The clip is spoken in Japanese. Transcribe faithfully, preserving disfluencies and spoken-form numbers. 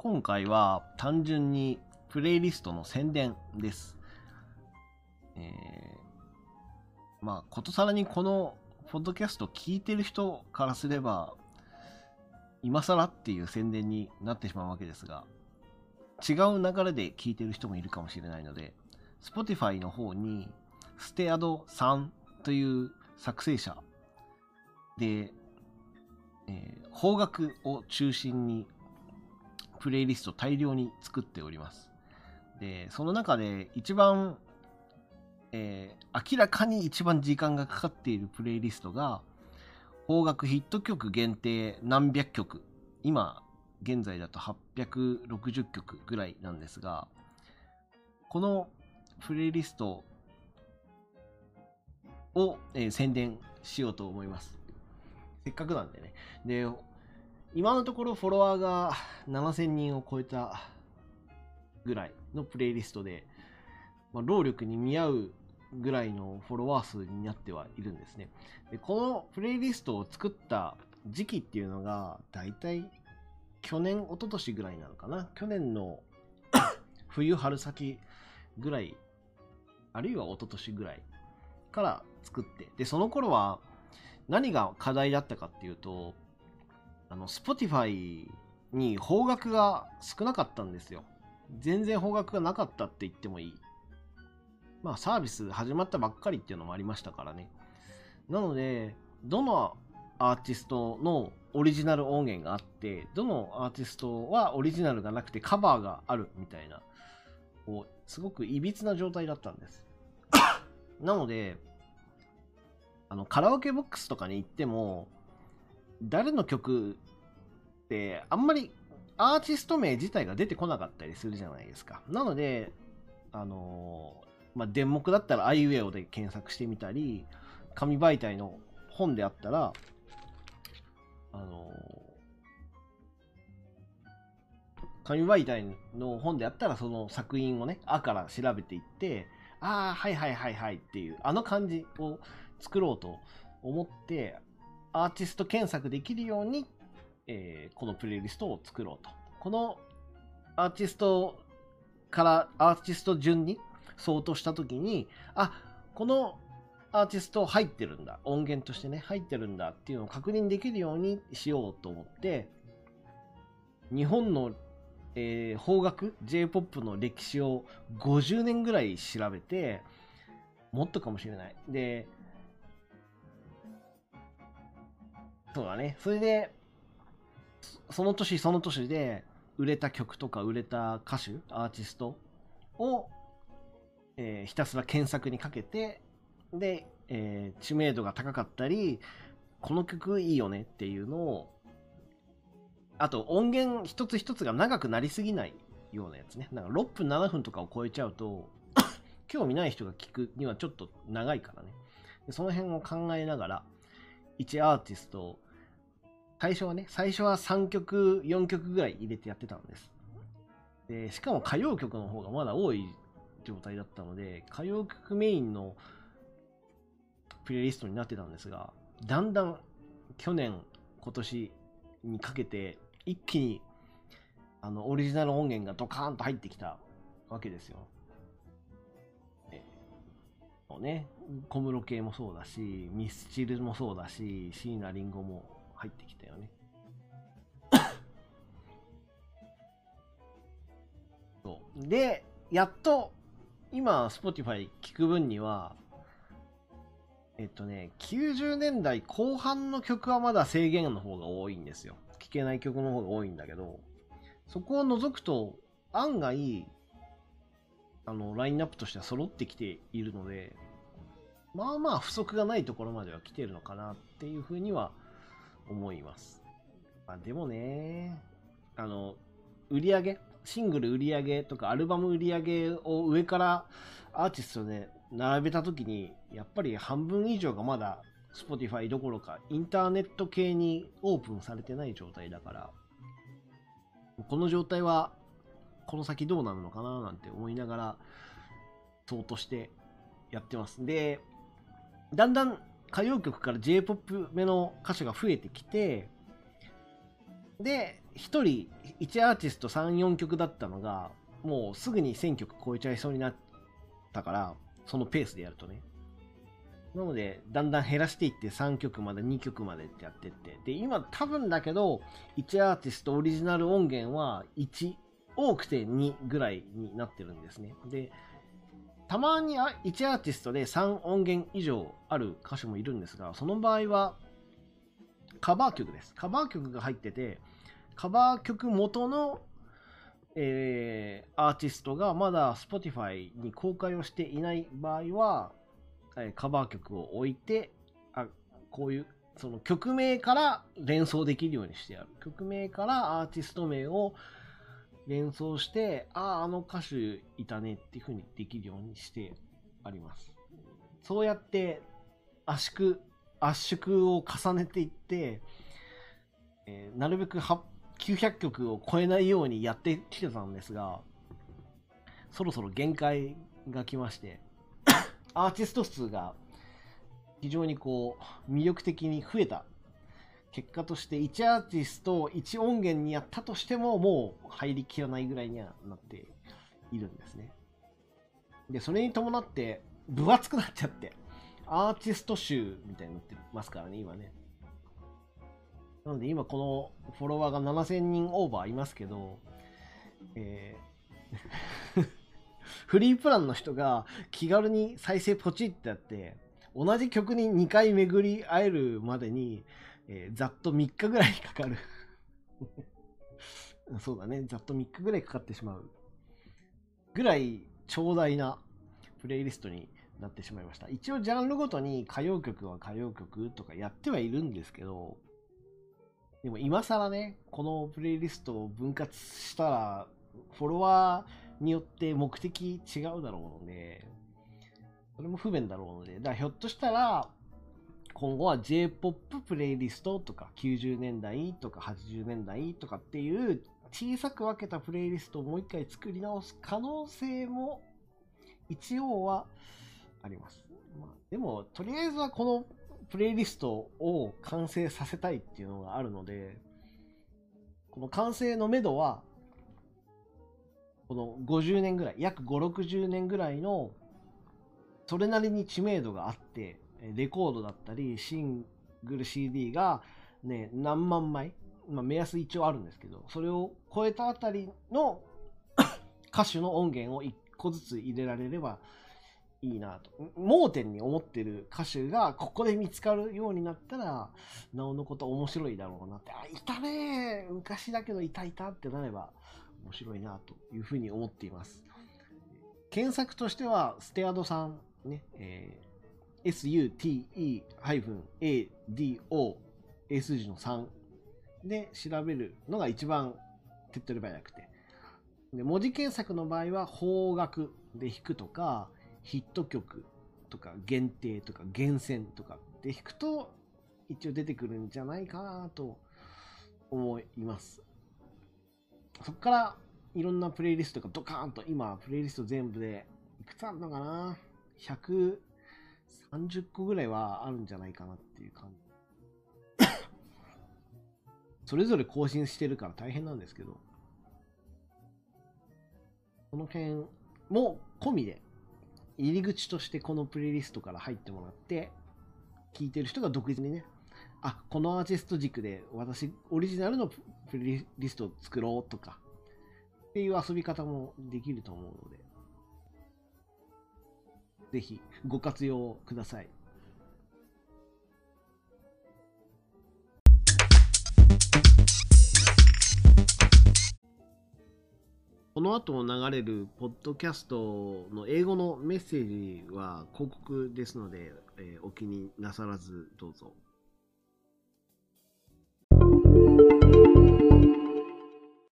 今回は単純にプレイリストの宣伝です。えー、まあ、ことさらにこのポッドキャスト聞いてる人からすれば、今更っていう宣伝になってしまうわけですが、違う流れで聞いてる人もいるかもしれないので、Spotify の方にステアドさんという作成者で、えー、邦楽を中心にプレイリスト大量に作っております。で、その中で一番、えー、明らかに一番時間がかかっているプレイリストが、邦楽ヒット曲限定何百曲、今現在だとはっぴゃくろくじゅっきょくぐらいなんですが、このプレイリストを、えー、宣伝しようと思います。せっかくなんでね。で、今のところフォロワーがななせんにんを超えたぐらいのプレイリストで、まあ、労力に見合うぐらいのフォロワー数になってはいるんですね。で、このプレイリストを作った時期っていうのが、だいたい去年、一昨年ぐらいなのかな。去年の冬、春先ぐらい、あるいは一昨年ぐらいから作って、で、その頃は何が課題だったかっていうと、あの、Spotify に邦楽が少なかったんですよ。全然邦楽がなかったって言ってもいい。まあ、サービス始まったばっかりっていうのもありましたからね。なので、どのアーティストのオリジナル音源があって、どのアーティストはオリジナルがなくてカバーがあるみたいな、こうすごくいびつな状態だったんです。なので、あの、カラオケボックスとかに行っても、誰の曲ってあんまりアーティスト名自体が出てこなかったりするじゃないですか。なので、あのー、まあ、電目だったらアイウェオで検索してみたり、紙媒体の本であったら、あのー、紙媒体の本であったらその作品をね、あから調べていって、ああ、はいはいはいはいっていう、あの感じを作ろうと思って、アーティスト検索できるように、えー、このプレイリストを作ろうと。このアーティストからアーティスト順に相当したときに、あ、このアーティスト入ってるんだ。音源としてね、入ってるんだっていうのを確認できるようにしようと思って、日本の、えー、邦楽 J-ポップ の歴史をごじゅうねんぐらい調べて、もっとかもしれない。で、そうだね。それで、その年その年で売れた曲とか売れた歌手、アーティストを、えー、ひたすら検索にかけて、で、えー、知名度が高かったり、この曲いいよねっていうのを、あと音源一つ一つが長くなりすぎないようなやつね。なんかろっぷんななふんとかを超えちゃうと、興味ない人が聞くにはちょっと長いからね。でその辺を考えながら、いちアーティスト、最初はね、最初はさんきょく、よんきょくぐらい入れてやってたんです。で、しかも歌謡曲の方がまだ多い状態だったので、歌謡曲メインのプレイリストになってたんですが、だんだん去年、今年にかけて一気にあのオリジナル音源がドカーンと入ってきたわけですよ。えー、ね、小室系もそうだし、ミスチルもそうだし、椎名林檎も入ってきたよね。そうで、やっと今 Spotify 聞く分には、えっとね、きゅうじゅうねんだいこう半の曲はまだ制限の方が多いんですよ。聴けない曲の方が多いんだけど、そこを除くと案外あのラインナップとしては揃ってきているので、まあまあ不足がないところまでは来てるのかなっていうふうには思います。まあ、でもね、あの売り上げ、シングル売り上げとかアルバム売り上げを上からアーティストで並べたときに、やっぱり半分以上がまだ Spotify どころかインターネット系にオープンされてない状態だから、この状態はこの先どうなるのかななんて思いながらそうとしてやってます。で、だんだん歌謡曲から J-ポップ 目の歌手が増えてきて、でひとりいちアーティストさん、よんきょくだったのが、もうすぐにせんきょく超えちゃいそうになったから、そのペースでやるとね。なので、だんだん減らしていってさんきょくまで、にきょくまでってやってって。で、今多分だけど、いちアーティストオリジナル音源はいち、多くてにぐらいになってるんですね。で、たまにいちアーティストでさん音源以上ある歌手もいるんですが、その場合はカバー曲です。カバー曲が入ってて、カバー曲元の、えー、アーティストがまだ Spotify に公開をしていない場合は、えー、カバー曲を置いて、あ、こういうその曲名から連想できるようにしてある。曲名からアーティスト名を連想して、ああ、あの歌手いたねっていう風にできるようにしてあります。そうやって圧縮、圧縮を重ねていって、えー、なるべくきゅうひゃくきょくを超えないようにやってきてたんですが、そろそろ限界が来まして、アーティスト数が非常にこう魅力的に増えた結果として、いちアーティストいち音源にやったとしてももう入りきらないぐらいにはなっているんですね。で、それに伴って分厚くなっちゃって、アーティスト集みたいになってますからね、今ね。なので今このフォロワーがななせんにんオーバーいますけど、えー、フリープランの人が気軽に再生ポチってやって、同じ曲ににかい巡り会えるまでに、えー、ざっとみっかぐらいかかる。そうだね、ざっとみっかぐらいかかってしまうぐらい長大なプレイリストになってしまいました。一応ジャンルごとに歌謡曲は歌謡曲とかやってはいるんですけど、でも今更ね、このプレイリストを分割したらフォロワーによって目的違うだろうので、それも不便だろうので、だからひょっとしたら今後は J-ポップ プレイリストとかきゅうじゅうねんだいとかはちじゅうねんだいとかっていう小さく分けたプレイリストをもう一回作り直す可能性も一応はあります。まあ、でもとりあえずはこのプレイリストを完成させたいっていうのがあるので、この完成のめどはこのごじゅうねんぐらい、約ごじゅう、ろくじゅうねんぐらいのそれなりに知名度があって、レコードだったりシングル シーディー がね、何万枚、まあ、目安一応あるんですけど、それを超えたあたりの歌手の音源をいっこずつ入れられればいいなと。盲点に思ってる歌手がここで見つかるようになったら、なおのこと面白いだろうなって、あ、いたねー、昔だけどいたいたってなれば面白いなというふうに思っています。検索としてはステアドさんね、えー、エスユーティーイーエーディーオー 英数字のさんで調べるのが一番手っ取り早くて、で文字検索の場合は邦楽で弾くとかヒット曲とか限定とか厳選とかで弾くと一応出てくるんじゃないかなと思います。そこからいろんなプレイリストがドカーンと、今プレイリスト全部でいくつあるのかな、ひゃくさんじゅっこぐらいはあるんじゃないかなっていう感じ。それぞれ更新してるから大変なんですけど、この辺も込みで入り口としてこのプレイリストから入ってもらって、聞いてる人が独自にね、あ、このアーティスト軸で私オリジナルのプレイリストを作ろうとかっていう遊び方もできると思うので、ぜひご活用ください。この後流れるポッドキャストの英語のメッセージは広告ですので、えー、お気になさらずどうぞ。